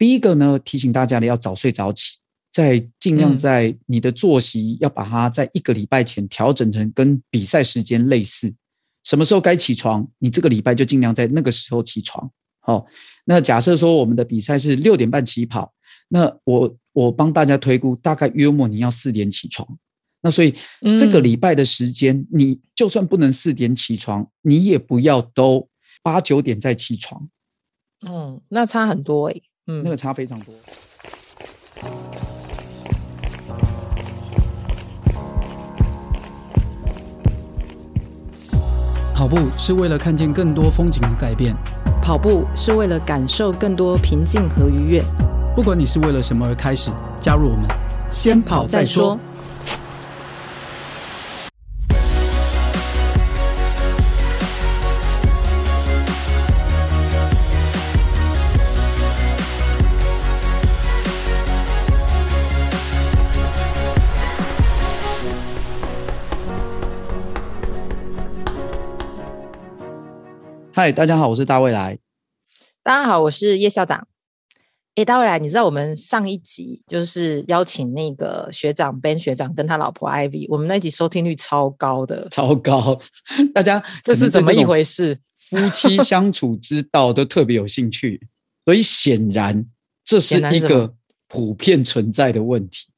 第一个呢，提醒大家的要早睡早起，尽量在你的作息要把它在1个礼拜前调整成跟比赛时间类似，什么时候该起床，你这个礼拜就尽量在那个时候起床。那假设说我们的比赛是6点半起跑，那我帮大家推估，大概约莫你要4点起床。那所以这个礼拜的时间，你就算不能4点起床，你也不要都8、9点再起床。 那差很多欸。 那个差非常多。 跑步是为了看见更多风景和改变， 跑步是为了感受更多平静和愉悦。 不管你是为了什么而开始，加入我们，先跑再说。 嗨，大家好，我是大未来。 大家好，我是叶校长。大未来，你知道我们上一集就是邀请那个学长 Ben 学长跟他老婆 Ivy， 我们那集收听率超高的， 超高，大家这是怎么一回事？ 夫妻相处之道都特别有兴趣，所以显然这是一个普遍存在的问题。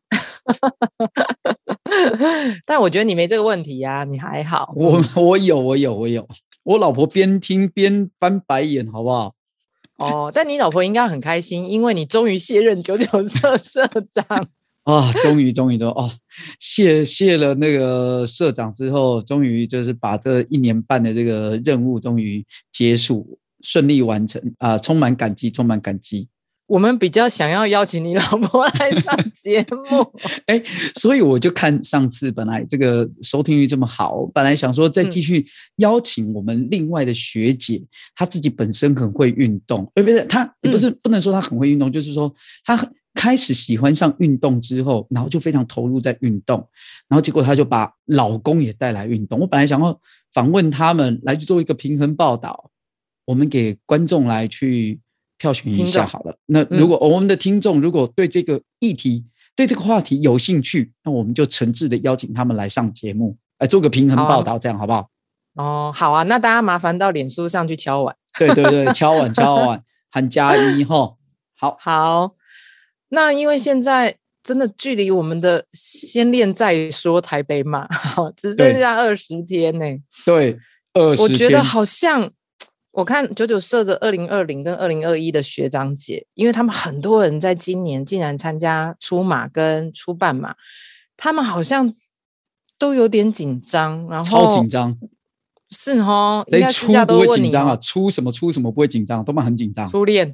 但我觉得你没这个问题啊，你还好。 我有。我老婆边听边翻白眼，好不好？ 但你老婆应该很开心，因为你终于卸任99社社长啊！终于谢了那个社长之后，终于就是把这1年半的这个任务终于结束，顺利完成啊！充满感激。 我们比较想要邀请你老婆来上节目所以我就看上次本来这个收听率这么好，本来想说再继续邀请我们另外的学姐，她自己本身很会运动，不能说她很会运动，就是说她开始喜欢上运动之后，然后就非常投入在运动，然后结果她就把老公也带来运动。我本来想要访问他们来做一个平衡报道，我们给观众来去票选一下好了。那如果我们的听众如果对这个议题、对这个话题有兴趣，那我们就诚挚的邀请他们来上节目，来做个平衡报道，这样好不好？ 好啊，那大家麻烦到脸书上去敲碗。 对，敲碗喊+1齁。 好，那因为现在真的距离我们的先练再说台北马只剩下20天呢。 对，20天。 我觉得好像我看99社的2020跟2021的学长姐，因为他们很多人在今年竟然参加初马跟初半马，他们好像都有点紧张，然后超紧张。 是应该私下都问你。 不会紧张啊，出什么不会紧张，都蛮很紧张。 初恋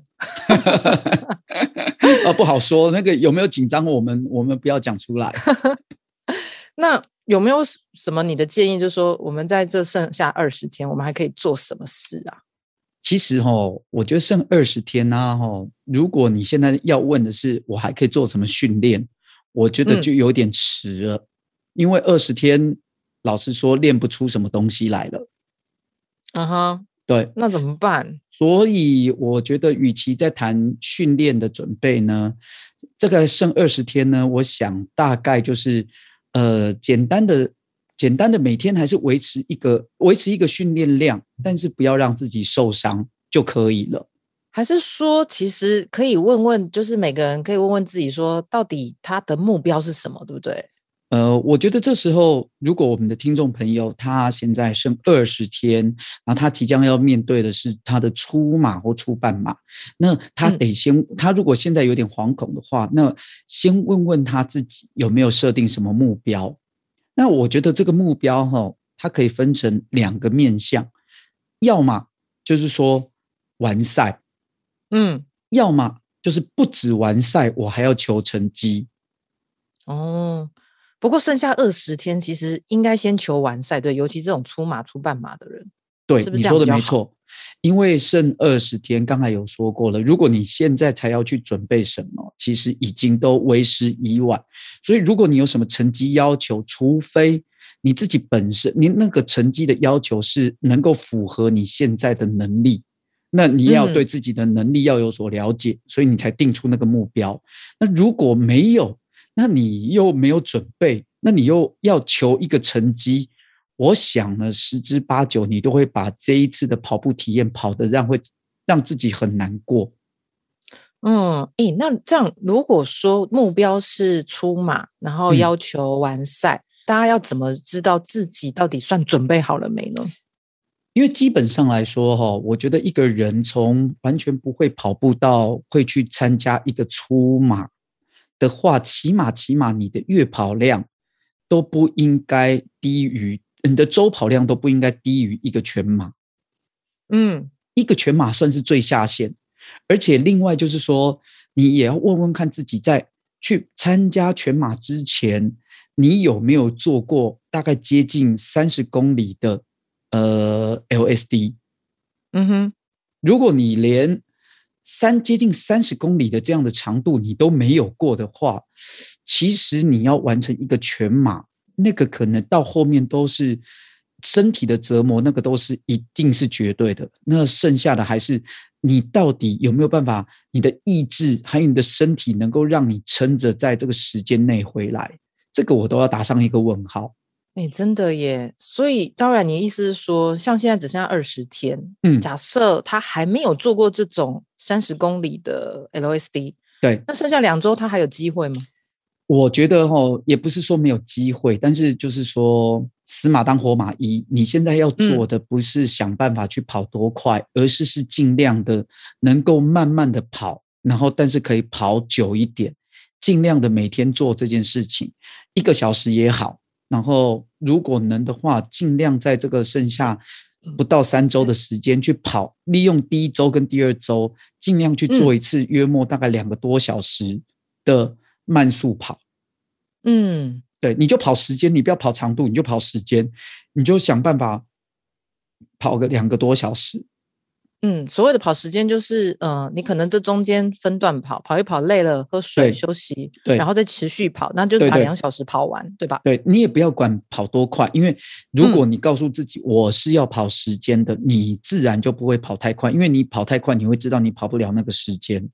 不好说，那个有没有紧张，我们不要讲出来。 那有没有什么你的建议，就是说我们在这剩下20天，我们还可以做什么事啊？ 其实我觉得剩20天啊，如果你现在要问的是我还可以做什么训练，我觉得就有点迟了。因为20天老实说练不出什么东西来了。对， 那怎么办？ 所以我觉得与其在谈训练的准备呢，这个剩20天呢，我想大概就是简单的每天还是维持一个训练量，但是不要让自己受伤就可以了。 还是说其实可以问问，就是每个人可以问问自己说到底他的目标是什么，对不对？ 我觉得这时候如果我们的听众朋友他现在剩20天，然后他即将要面对的是他的初马或初半马，那他得先他如果现在有点惶恐的话，那先问问他自己有没有设定什么目标。那我觉得这个目标它可以分成2个面向，要么就是说完赛，要么就是不止完赛，我还要求成绩。 不过剩下20天其实应该先求完赛，对，尤其这种初马初半马的人。 对， 是不是你说的没错。因为剩20天，刚才有说过了，如果你现在才要去准备什么，其实已经都为时已晚。所以如果你有什么成绩要求，除非你自己本身你那个成绩的要求是能够符合你现在的能力， 那你要对自己的能力要有所了解，所以你才定出那个目标。那如果没有，那你又没有准备，那你又要求一个成绩，我想呢，10之8九你都会把这一次的跑步体验跑得会让自己很难过。 那这样如果说目标是出马，然后要求完赛，大家要怎么知道自己到底算准备好了没呢？ 因为基本上来说我觉得一个人从完全不会跑步到会去参加一个出马的话，起码你的月跑量都不应该低于，你的周跑量都不应该低于一个全马。一个全马算是最下限。而且另外就是说，你也要问问看自己，在去参加全马之前，你有没有做过大概接近30公里的LSD。如果你连接近30公里的这样的长度你都没有过的话，其实你要完成一个全马，那个可能到后面都是身体的折磨，那个都是一定是绝对的。那剩下的还是你到底有没有办法，你的意志还有你的身体能够让你撑着在这个时间内回来，这个我都要打上一个问号。 真的耶。所以当然你的意思是说，像现在只剩下20天，假设他还没有做过这种30公里的 LSD， 对， 那剩下2周他还有机会吗？ 我觉得也不是说没有机会，但是就是说死马当活马医，你现在要做的不是想办法去跑多快，而是尽量的能够慢慢的跑，然后但是可以跑久一点，尽量的每天做这件事情，1个小时也好，然后如果能的话，尽量在这个剩下不到3周的时间去跑，利用第1周跟第2周尽量去做一次约莫大概2个多小时的慢速跑。对，你就跑时间，你不要跑长度，你就跑时间，你就想办法跑个2个多小时。 所谓的跑时间就是你可能这中间分段跑一跑，累了喝水休息，然后再持续跑，那就把2小时跑完，对吧？ 对，你也不要管跑多快，因为如果你告诉自己我是要跑时间的，你自然就不会跑太快，因为你跑太快你会知道你跑不了那个时间。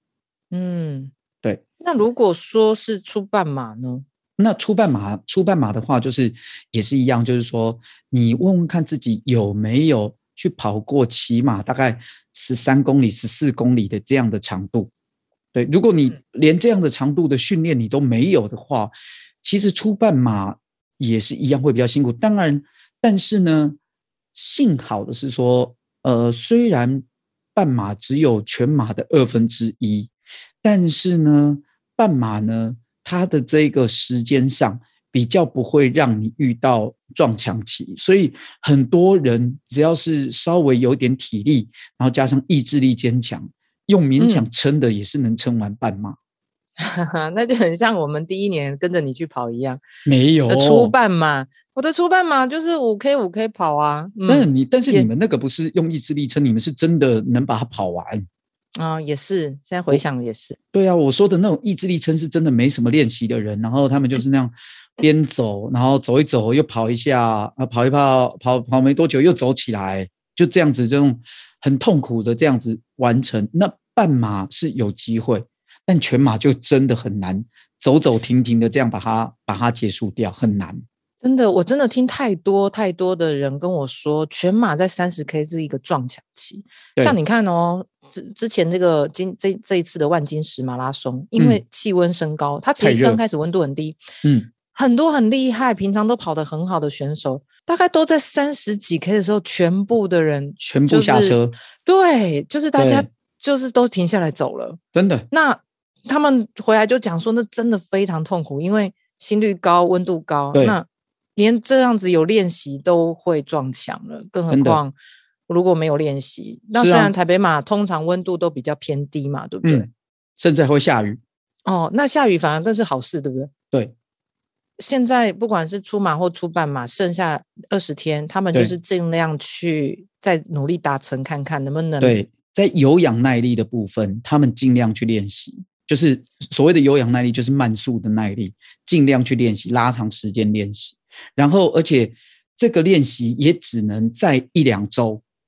对。 那如果说是出半马呢？ 那出半马的话，就是也是一样，就是说你问问看自己有没有去跑过起码大概13公里、14公里的这样的长度。对，如果你连这样的长度的训练你都没有的话，其实出半马也是一样会比较辛苦。当然，但是呢，幸好的是说，虽然半马只有全马的1/2，但是呢，半马呢，它的这个时间上比较不会让你遇到撞墙期，所以很多人只要是稍微有点体力，然后加上意志力坚强，用勉强撑的也是能撑完半马。 那就很像我们第1年跟着你去跑一样。 没有出半马，我的出半马就是 5K 跑啊。 但是你们那个不是用意志力撑，你们是真的能把它跑完。 也是，现在回想也是。 对啊，我说的那种意志力撑是真的没什么练习的人，然后他们就是那样边走，然后走一走又跑一下，跑一跑，跑没多久又走起来，就这样子，这种很痛苦的这样子完成。那半马是有机会，但全马就真的很难，走走停停的这样把它结束掉，很难。 真的，我真的听太多的人跟我说，全马在30K 是一个撞墙期。像你看之前这一次的万金石马拉松，因为气温升高，它其实刚开始温度很低，很多很厉害，平常都跑得很好的选手，大概都在30几 K 的时候，全部的人全部下车。 对，就是大家就是都停下来走了， 真的。 那他们回来就讲说，那真的非常痛苦，因为心率高，温度高，那连这样子有练习都会撞墙了，更何况如果没有练习。那虽然台北马通常温度都比较偏低嘛，对不对？ 甚至还会下雨。 那下雨反而更是好事，对不对？ 对。 现在不管是出马或出半马，剩下20天，他们就是尽量去再努力达成，看看能不能。 对，在有氧耐力的部分，他们尽量去练习。就是所谓的有氧耐力，就是慢速的耐力，尽量去练习，拉长时间练习。然后而且这个练习也只能在1-2周，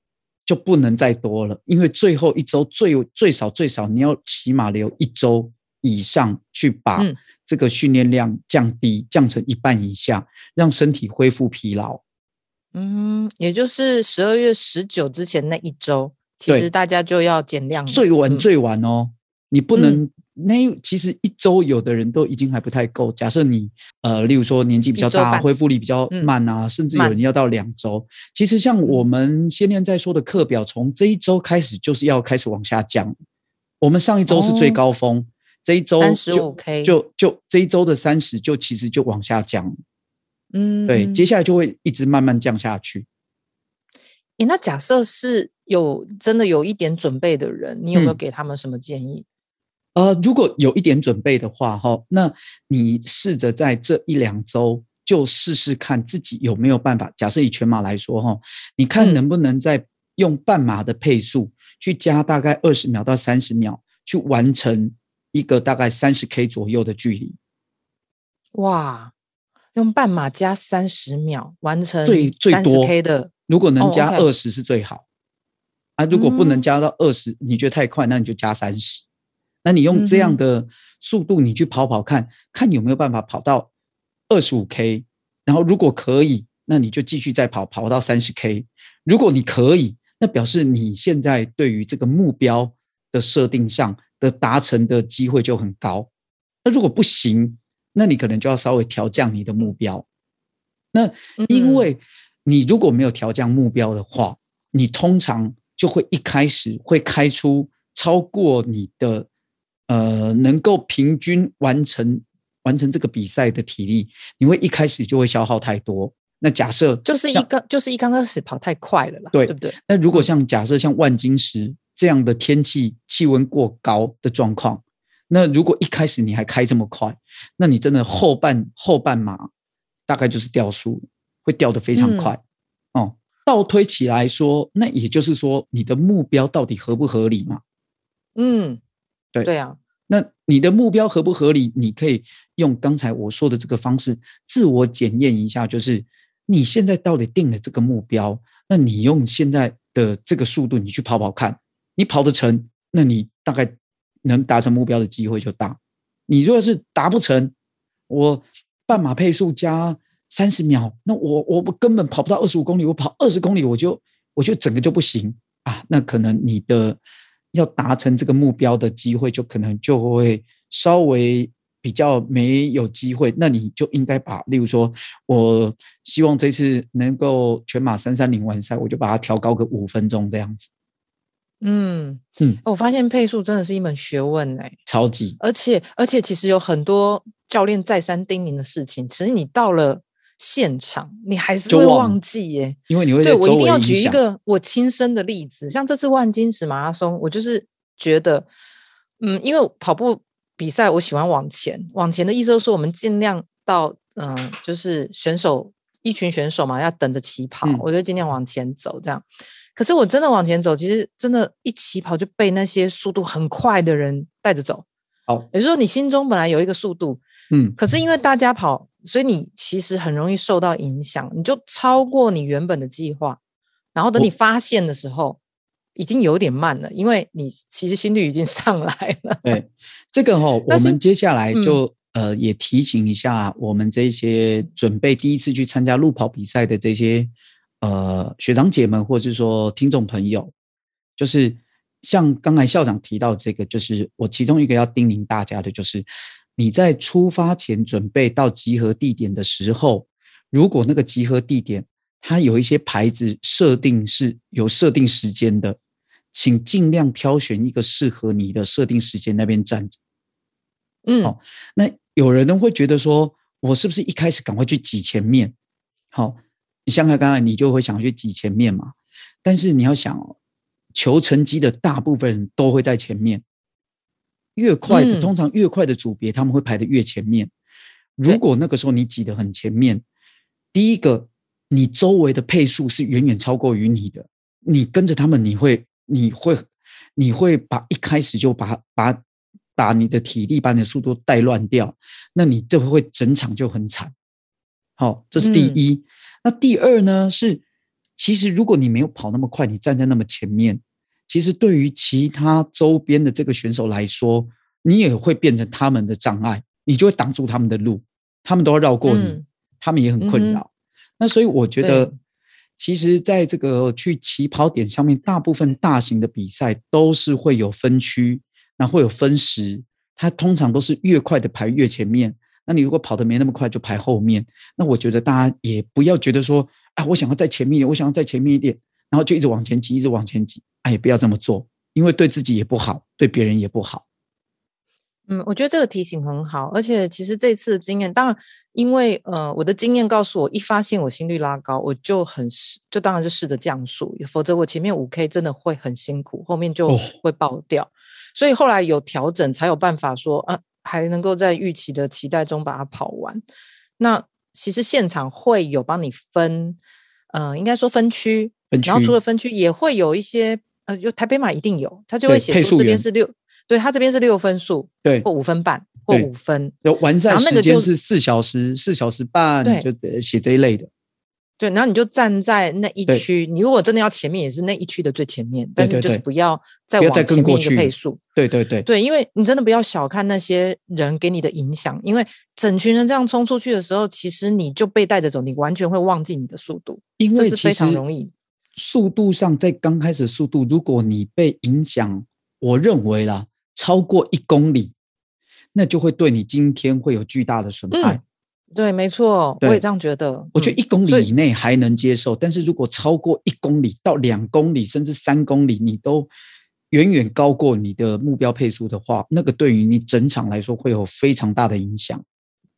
就不能再多了，因为最后一周最少你要起码留1周以上去把这个训练量降成1半以下，让身体恢复疲劳。 也就是12月19之前那1周，其实大家就要减量了。 最晚哦，你不能其实1周有的人都已经还不太够。假设你例如说年纪比较大，恢复力比较慢啊，甚至有人要到2周。其实像我们先练再说的课表，从这1周开始就是要开始往下降。我们上1周是最高峰，这1周 35K 就这1周的30就其实就往下降。对，接下来就会一直慢慢降下去。 那假设是真的有一点准备的人，你有没有给他们什么建议？ 如果有一点准备的话，那你试着在这1-2周就试试看自己有没有办法。假设以全马来说，你看能不能再用半马的配速去加大概20秒到30秒，去完成一个大概30K 左右的距离。 哇，用半马加30秒完成最多 30K 的， 如果能加20是最好。如果不能加到20，你觉得太快，那你就加30。那你用这样的速度你去跑看有没有办法跑到25K， 然后如果可以，那你就继续再跑到30K。如果你可以，那表示你现在对于这个目标的设定上的达成的机会就很高。那如果不行，那你可能就要稍微调降你的目标。那因为你如果没有调降目标的话，你通常就会一开始会开出超过你的能够平均完成这个比赛的体力，你会一开始就会消耗太多。那假设就是一刚开始跑太快了啦，对不对？ 那如果假设像万金石这样的天气气温过高的状况，那如果一开始你还开这么快，那你真的后半马大概就是掉速，会掉得非常快。倒推起来说，那也就是说你的目标到底合不合理嘛？对啊。那你的目标合不合理，你可以用刚才我说的这个方式自我检验一下，就是你现在到底定了这个目标，那你用现在的这个速度你去跑看，你跑得成，那你大概能达成目标的机会就大。你如果是达不成，我半马配速加30秒，那我根本跑不到25公里，我跑20公里我就整个就不行啊，那可能你的要达成这个目标的机会可能就会稍微比较没有机会。那你就应该例如说我希望这次能够全马330完赛，我就把它调高个5分钟这样子。 我发现配速真的是一门学问超级。 而且其实有很多教练再三叮咛的事情，其实你到了现场你还是会忘记因为你会对，我一定要举一个我亲身的例子，像这次万金石马拉松，我就是觉得因为跑步比赛我喜欢往前的意思就是说我们尽量到就是一群选手嘛，要等着起跑，我就尽量往前走这样。可是我真的往前走，其实真的一起跑就被那些速度很快的人带着走。也就是说你心中本来有一个速度，可是因为大家跑，所以你其实很容易受到影响，你就超过你原本的计划，然后等你发现的时候已经有点慢了，因为你其实心率已经上来了。 对，这个我们接下来就也提醒一下我们这些准备第一次去参加路跑比赛的这些学长姐们或是说听众朋友，就是像刚才校长提到这个，就是我其中一个要叮咛大家的，就是你在出发前准备到集合地点的时候，如果那个集合地点它有一些牌子设定是有设定时间的，请尽量挑选一个适合你的设定时间那边站着。那有人会觉得说我是不是一开始赶快去挤前面，像刚才你就会想去挤前面嘛，但是你要想求成绩的大部分人都会在前面，越快的通常越快的组别他们会排得越前面。如果那个时候你挤得很前面，第一个你周围的配速是远远超过于你的，你跟着他们你会一开始就把你的体力把你的速度带乱掉，那你这会整场就很惨。这是第一。那第二呢，是其实如果你没有跑那么快，你站在那么前面，其实对于其他周边的这个选手来说，你也会变成他们的障碍，你就会挡住他们的路，他们都要绕过你，他们也很困扰。那所以我觉得其实在这个去起跑点上面，大部分大型的比赛都是会有分区，那会有分时，它通常都是越快的排越前面，那你如果跑得没那么快就排后面。那我觉得大家也不要觉得说我想要在前面一点，我想要在前面一点，然后就一直往前挤，一直往前挤，也不要这么做，因为对自己也不好，对别人也不好。 我觉得这个提醒很好，而且其实这次的经验，当然因为我的经验告诉我，一发现我心率拉高，我就当然就试着降速，否则我前面 5K 真的会很辛苦，后面就会爆掉。所以后来有调整，才有办法说还能够在预期的期待中把它跑完。那其实现场会有帮你分，应该说分区，然后除了分区也会有一些就台北马一定有，他就会写出这边是6，对，他这边是6分数，对，或5分半或5分， 完赛时间是4小时4小时半，就写这一类的。 对，然后你就站在那一区，你如果真的要前面也是那一区的最前面，但是就是不要再往前面一个配速。对，因为你真的不要小看那些人给你的影响，因为整群人这样冲出去的时候，其实你就被带着走，你完全会忘记你的速度， 因为这是非常容易。 速度上在刚开始的速度，如果你被影响，我认为啦超过1公里，那就会对你今天会有巨大的损害。 对，没错，我也这样觉得。 我觉得1公里以内还能接受，但是如果超过1公里到2公里甚至3公里，你都远远高过你的目标配速的话，那个对于你整场来说会有非常大的影响。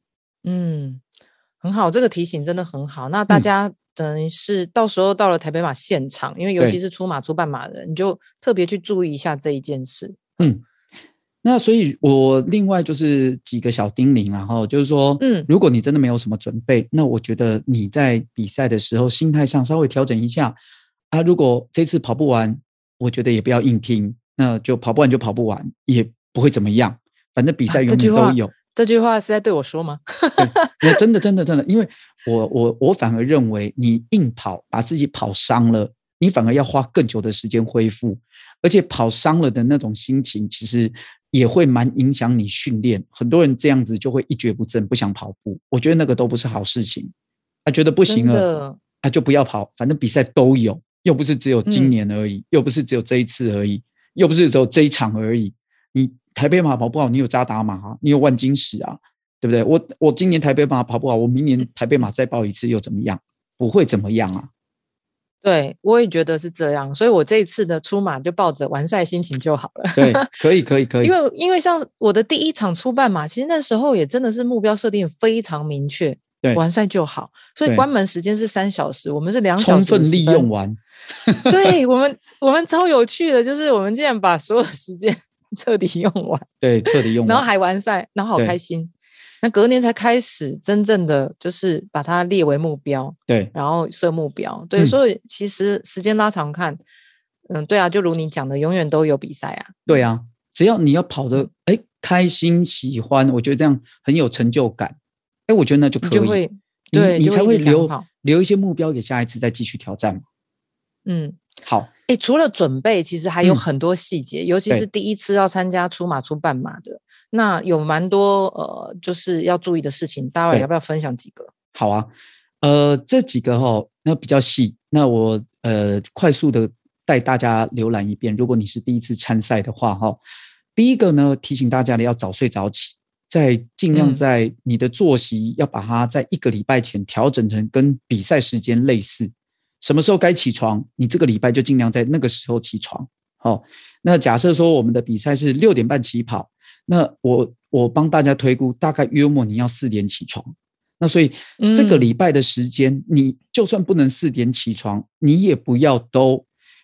很好，这个提醒真的很好。那大家等于是到时候到了台北马现场，因为尤其是出马出半马的人，你就特别去注意一下这一件事。 那所以我另外就是几个小叮咛，然后就是说如果你真的没有什么准备，那我觉得你在比赛的时候心态上稍微调整一下如果这次跑不完，我觉得也不要硬拼，那就跑不完就跑不完，也不会怎么样，反正比赛永远都有。 这句话是在对我说吗？ 真的，因为我反而认为你硬跑把自己跑伤了，你反而要花更久的时间恢复，而且跑伤了的那种心情其实也会蛮影响你训练。很多人这样子就会一蹶不振，不想跑步，我觉得那个都不是好事情。觉得不行了就不要跑，反正比赛都有，又不是只有今年而已，又不是只有这一次而已，又不是只有这一场而已。你台北马跑不好，你有渣打马你有万金石对不对？我今年台北马跑不好，我明年台北马再报一次又怎么样？不会怎么样对，我也觉得是这样，所以我这一次的出马就抱着完赛心情就好了。 对，可以。 因为像我的第一场出半马，其实那时候也真的是目标设定非常明确，对，完赛就好。所以关门时间是3小时，我们是2小时， 充分利用完。 对，我们超有趣的，就是我们竟然把所有的时间彻底用完， 对，彻底用完， 然后还完赛，然后好开心。那隔年才开始真正的就是把它列为目标， 对， 然后设目标，对，所以其实时间拉长看，对啊，就如你讲的，永远都有比赛对啊，只要你要跑得开心喜欢，我觉得这样很有成就感，我觉得那就可以， 你就会对， 你才会留一些目标给下一次再继续挑战嘛。好。 除了准备，其实还有很多细节，尤其是第一次要参加出马出半马的，那有蛮多就是要注意的事情，大家要不要分享几个？ 好啊，这几个那比较细，那我快速的带大家浏览一遍。如果你是第一次参赛的话第一个呢，提醒大家的要早睡早起，尽量在你的作息要把它在1个礼拜前调整成跟比赛时间类似。什么时候该起床，你这个礼拜就尽量在那个时候起床。那假设说我们的比赛是6点半起跑，那我帮大家推估，大概约莫你要4点起床。那所以这个礼拜的时间，你就算不能4点起床，你也不要都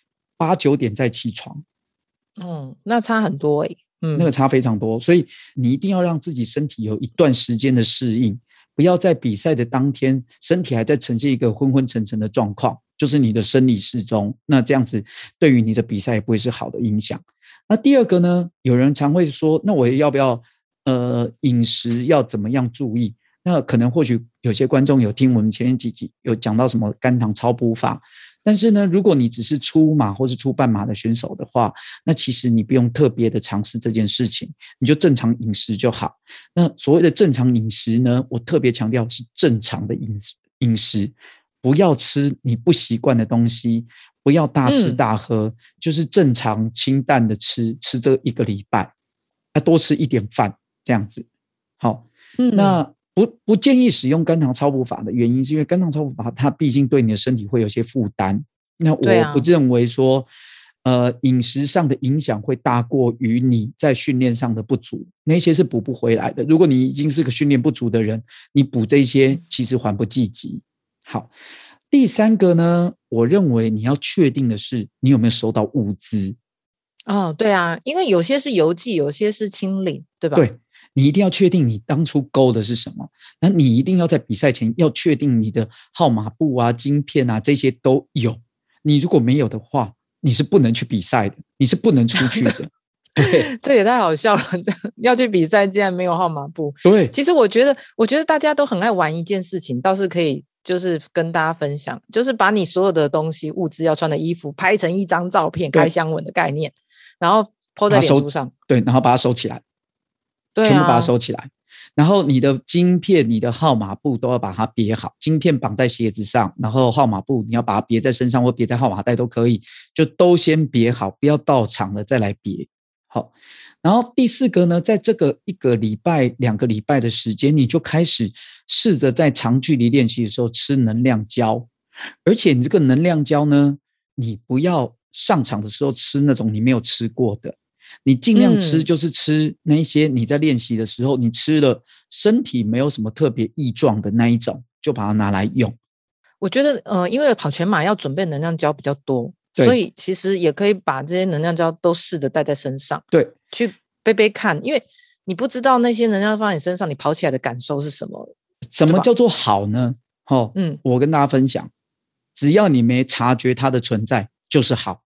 8、9点再起床。 那差很多那个差非常多，所以你一定要让自己身体有一段时间的适应。不要在比赛的当天身体还在呈现一个昏昏沉沉的状况，就是你的生理时钟，那这样子对于你的比赛也不会是好的影响。那第二个呢，有人常会说，那我要不要饮食要怎么样注意？那可能或许有些观众有听我们前几集有讲到什么肝糖超补法， 但是呢，如果你只是初马或是初半马的选手的话，那其实你不用特别的尝试这件事情，你就正常饮食就好。那所谓的正常饮食呢，我特别强调是正常的饮食，不要吃你不习惯的东西，不要大吃大喝，就是正常清淡的吃这1个礼拜，多吃一点饭这样子。好，那不建议使用肝糖超补法的原因是因为肝糖超补法它毕竟对你的身体会有些负担，那我不认为说饮食上的影响会大过于你在训练上的不足，那些是补不回来的。如果你已经是个训练不足的人，你补这些其实缓不济急。好，第3个呢，我认为你要确定的是你有没有收到物资。 对啊，因为有些是邮寄，有些是清领，对吧？ 对，你一定要确定你当初勾的是什么，那你一定要在比赛前要确定你的号码布啊、晶片啊这些都有。你如果没有的话，你是不能去比赛的，你是不能出去的。对， 这也太好笑了，要去比赛竟然没有号码布。 对， 其实我觉得大家都很爱玩一件事情，倒是可以就是跟大家分享，就是把你所有的东西、物资要穿的衣服拍成一张照片，开箱文的概念，然后 po 在脸书上。对， 然后把它收起来。 对啊， 全部把它收起来，然后你的晶片、你的号码布都要把它别好，晶片绑在鞋子上，然后号码布你要把它别在身上或别在号码袋都可以，就都先别好，不要到场了再来别。好，然后第4个呢，在这个1个礼拜、2个礼拜的时间，你就开始试着在长距离练习的时候吃能量胶，而且你这个能量胶呢，你不要上场的时候吃那种你没有吃过的。你尽量吃就是吃那些你在练习的时候你吃了身体没有什么特别异状的那一种，就把它拿来用。 我觉得因为跑全马要准备能量胶比较多，所以其实也可以把这些能量胶都试着带在身上， 对， 去背看，因为你不知道那些能量放在你身上你跑起来的感受是什么。 什么叫做好呢？我跟大家分享，只要你没察觉它的存在就是好。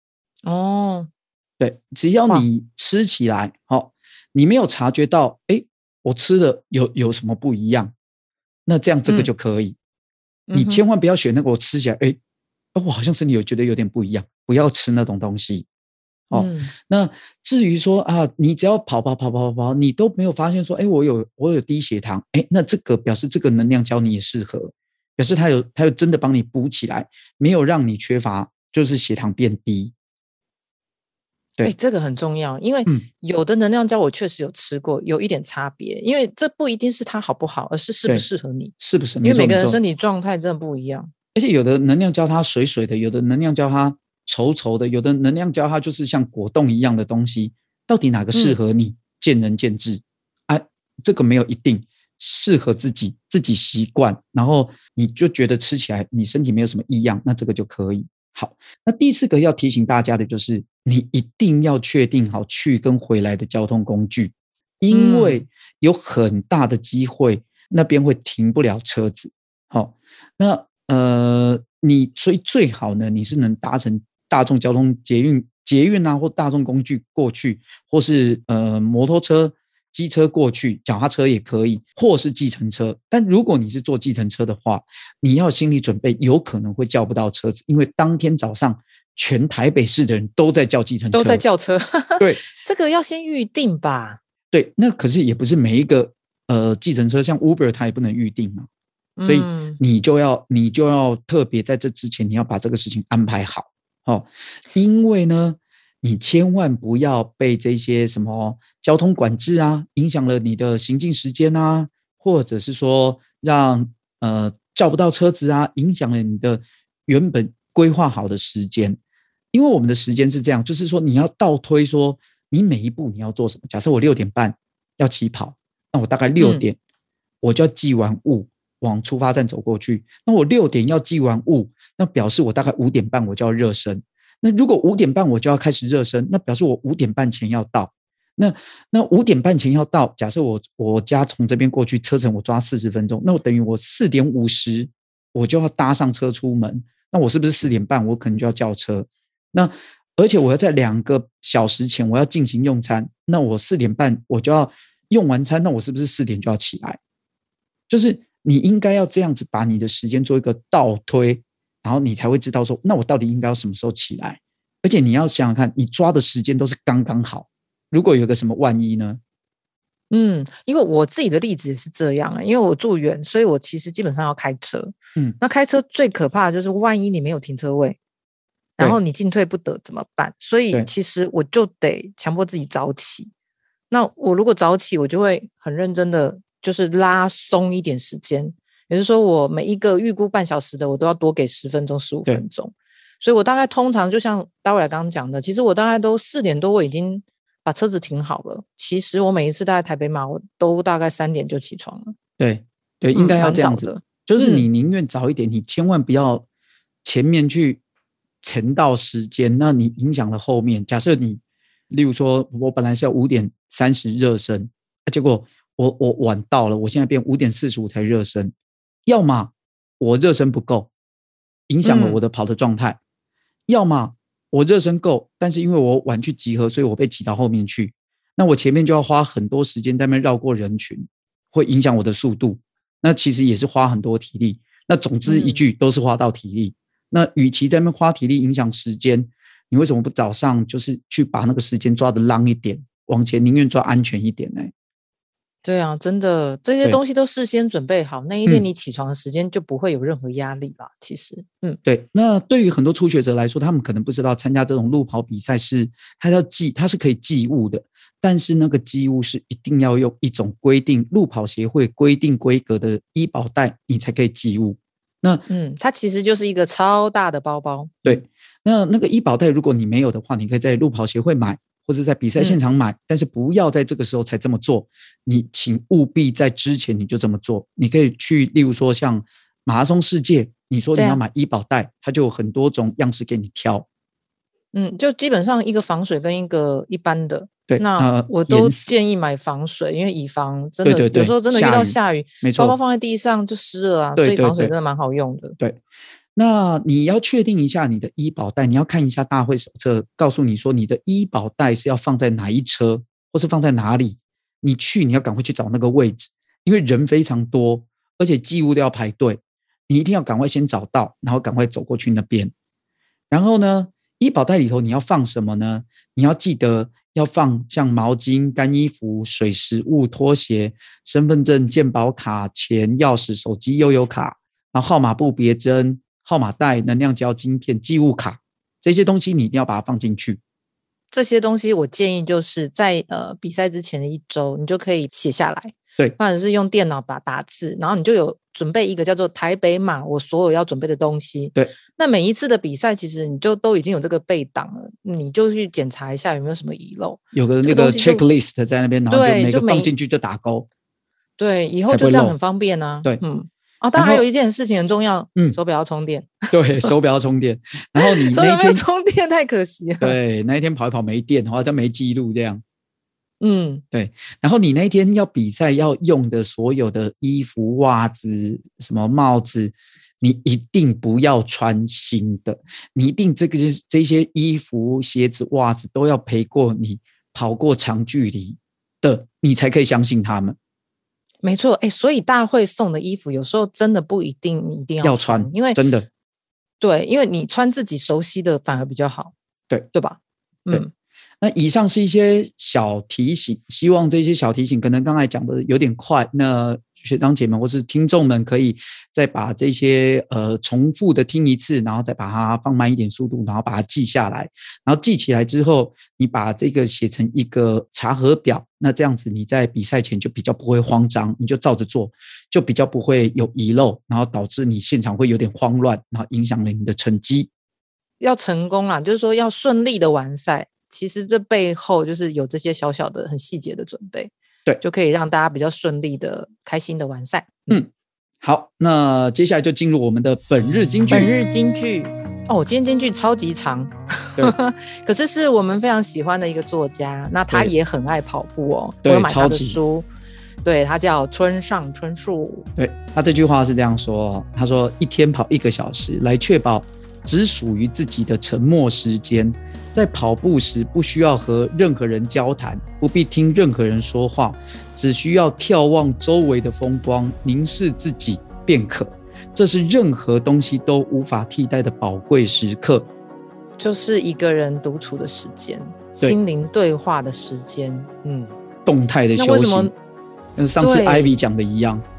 对，只要你吃起来你没有察觉到我吃的有什么不一样，那这样这个就可以。你千万不要选那个我吃起来我好像身体觉得有点不一样，不要吃那种东西。那至于说你只要跑，你都没有发现说我有低血糖，那这个表示这个能量胶你也适合，表示它有真的帮你补起来，没有让你缺乏，就是血糖变低。 这个很重要，因为有的能量胶我确实有吃过，有一点差别，因为这不一定是它好不好，而是适不适合你， 是不是？ 因为每个人身体状态真的不一样。 而且有的能量胶它水水的，有的能量胶它稠稠的，有的能量胶它就是像果冻一样的东西，到底哪个适合你，见仁见智。这个没有一定，适合自己习惯，然后你就觉得吃起来你身体没有什么异样，那这个就可以。好，那第4个要提醒大家的就是你一定要确定好去跟回来的交通工具，因为有很大的机会那边会停不了车子。好，那所以最好呢，你是能搭乘大众交通捷运啊，或大众工具过去，或是摩托车、机车过去，脚踏车也可以，或是计程车。但如果你是坐计程车的话，你要心理准备有可能会叫不到车子，因为当天早上全台北市的人都在叫计程车， 都在叫车。 对， 这个要先预定吧。 对，那可是也不是每一个计程车，像 Uber 它也不能预定嘛，所以你就要特别在这之前你要把这个事情安排好。因为呢你千万不要被这些什么交通管制啊影响了你的行进时间啊，或者是说让叫不到车子啊，影响了你的原本规划好的时间。因为我们的时间是这样，就是说你要倒推说你每一步你要做什么。假设我6点半要起跑，那我大概6点我就要寄完物往出发站走过去，那我6点要寄完物，那表示我大概5点半我就要热身。那如果5点半我就要开始热身，那表示我5点半前要到。那5点半前要到，假设我家从这边过去车程我抓40分钟，那我等于我4点50我就要搭上车出门，那我是不是4点半我可能就要叫车？那而且我要在2个小时前我要进行用餐，那我4点半我就要用完餐，那我是不是4点就要起来？就是你应该要这样子把你的时间做一个倒推， 然后你才会知道说，那我到底应该要什么时候起来？而且你要想想看，你抓的时间都是刚刚好。如果有个什么万一呢？ 因为我自己的例子也是这样因为我住远，所以我其实基本上要开车。那开车最可怕的就是万一你没有停车位，然后你进退不得怎么办？所以其实我就得强迫自己早起。那我如果早起，我就会很认真的就是拉松一点时间，也就是说我每一个预估半小时的我都要多给10分钟15分钟。所以我大概通常就像大卫刚刚讲的，其实我大概都4点多我已经把车子停好了。其实我每一次大概台北马我都大概3点就起床了。 对，应该要这样子，就是你宁愿早一点，你千万不要前面去沉到时间，那你影响了后面。假设你例如说我本来是要5点30热身，结果我晚到了，我现在变5点45才热身，要么我热身不够影响了我的跑的状态，要么我热身够，但是因为我晚去集合，所以我被挤到后面去，那我前面就要花很多时间在那边绕过人群，会影响我的速度，那其实也是花很多体力。那总之一句都是花到体力。那与其在那边花体力影响时间，你为什么不早上就是去把那个时间抓得浪一点，往前宁愿抓安全一点呢？ 对啊，真的这些东西都事先准备好，那一天你起床的时间就不会有任何压力啦。其实对。那对于很多初学者来说，他们可能不知道参加这种路跑比赛是它是可以记物的，但是那个记物是一定要用一种规定路跑协会规定规格的医保袋你才可以记物。那它其实就是一个超大的包包。 对，那个医保袋如果你没有的话，你可以在路跑协会买，或者在比赛现场买，但是不要在这个时候才这么做。你请务必在之前你就这么做。你可以去例如说像马拉松世界，你说你要买医保袋，它就有很多种样式给你挑。 就基本上一个防水跟一个一般的。 对， 那我都建议买防水，因为以防真的有时候真的遇到下雨，包包放在地上就湿了啊。所以防水真的蛮好用的。 对，那你要确定一下你的医保袋，你要看一下大会手册，告诉你说你的医保袋是要放在哪一车，或是放在哪里。你要赶快去找那个位置，因为人非常多，而且寄物都要排队，你一定要赶快先找到，然后赶快走过去那边。然后呢，医保袋里头你要放什么呢？你要记得要放像毛巾、干衣服、水、食物、拖鞋、身份证、健保卡、钱、钥匙、手机、悠游卡，然后号码布、别针、号码袋、能量胶、晶片、寄物卡，这些东西你一定要把它放进去。 这些东西我建议就是在比赛之前的1周你就可以写下来， 对， 或者是用电脑把它打字，然后你就有准备一个叫做台北马我所有要准备的东西。 对， 那每一次的比赛其实你就都已经有这个备档了，你就去检查一下有没有什么遗漏， 有个那个 checklist 在那边，然后就每个放进去就打勾。 对，以后就这样很方便啊。 对， 当然还有一件事情很重要，手表要充电。 对，手表要充电。然后你那一天手表没有充电太可惜了。 对，那一天跑一跑没电的话，就没记录这样。对。然后你那一天要比赛要用的所有的衣服、袜子、什么帽子，你一定不要穿新的，你一定这些衣服、鞋子、袜子都要陪过你跑过长距离的，你才可以相信他们。 没错，所以大会送的衣服有时候真的不一定你一定要穿，因为真的对，因为你穿自己熟悉的反而比较好，对吧？ 对。那以上是一些小提醒，希望这些小提醒可能刚才讲的有点快，那学长姐们或是听众们可以再把这些重复的听一次，然后再把它放慢一点速度，然后把它记下来，然后记起来之后你把这个写成一个查核表，那这样子你在比赛前就比较不会慌张，你就照着做，就比较不会有遗漏，然后导致你现场会有点慌乱，然后影响了你的成绩。 要成功啦，就是说要顺利的完赛，其实这背后就是有这些小小的很细节的准备， 对， 就可以让大家比较顺利的开心的完赛。 好，那接下来就进入我们的本日金句。 今天金句超级长可是是我们非常喜欢的一个作家，那他也很爱跑步哦，我有买他的书，对，他叫村上春树。对， 他这句话是这样说，他说一天跑1个小时来确保只属于自己的沉默时间，在跑步时不需要和任何人交谈，不必听任何人说话，只需要眺望周围的风光，凝视自己便可。 这是任何东西都无法替代的宝贵时刻， 就是一个人独处的时间，心灵对话的时间， 动态的休息，跟上次 Ivy 讲的一样。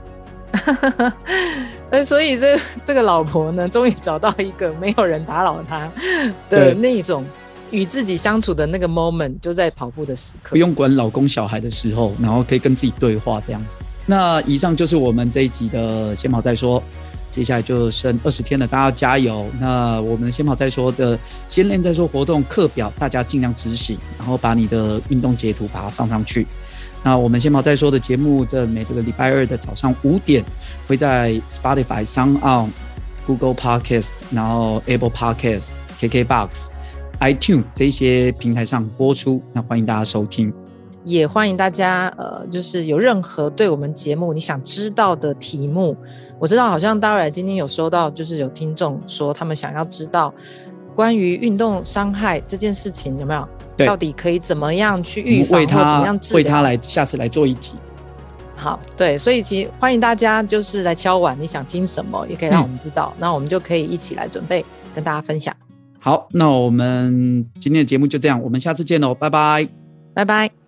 所以这个老婆呢，终于找到一个没有人打扰她的那一种与自己相处的那个 moment， 就在跑步的时刻， 不用管老公小孩的时候，然后可以跟自己对话这样。那以上就是我们这一集的先跑再说，接下来就剩20天了，大家要加油。那我们先跑再说的先练再说活动课表，大家尽量执行，然后把你的运动截图把它放上去。那我们先跑再说的节目，在每个礼拜二的早上5点，会在 Spotify、SoundOn、Google Podcast， 然后 Apple Podcast、KKBox、iTunes 这些平台上播出。那欢迎大家收听， 也欢迎大家就是有任何对我们节目你想知道的题目，我知道好像大瑞今天有收到，就是有听众说他们想要知道关于运动伤害这件事情有没有？到底可以怎么样去预防或怎么样治疗？ 为他来下次来做一集。 好，对，所以其实欢迎大家就是来敲碗，你想听什么也可以让我们知道，那我们就可以一起来准备跟大家分享。 好，那我们今天的节目就这样，我们下次见喽，拜拜， 拜拜。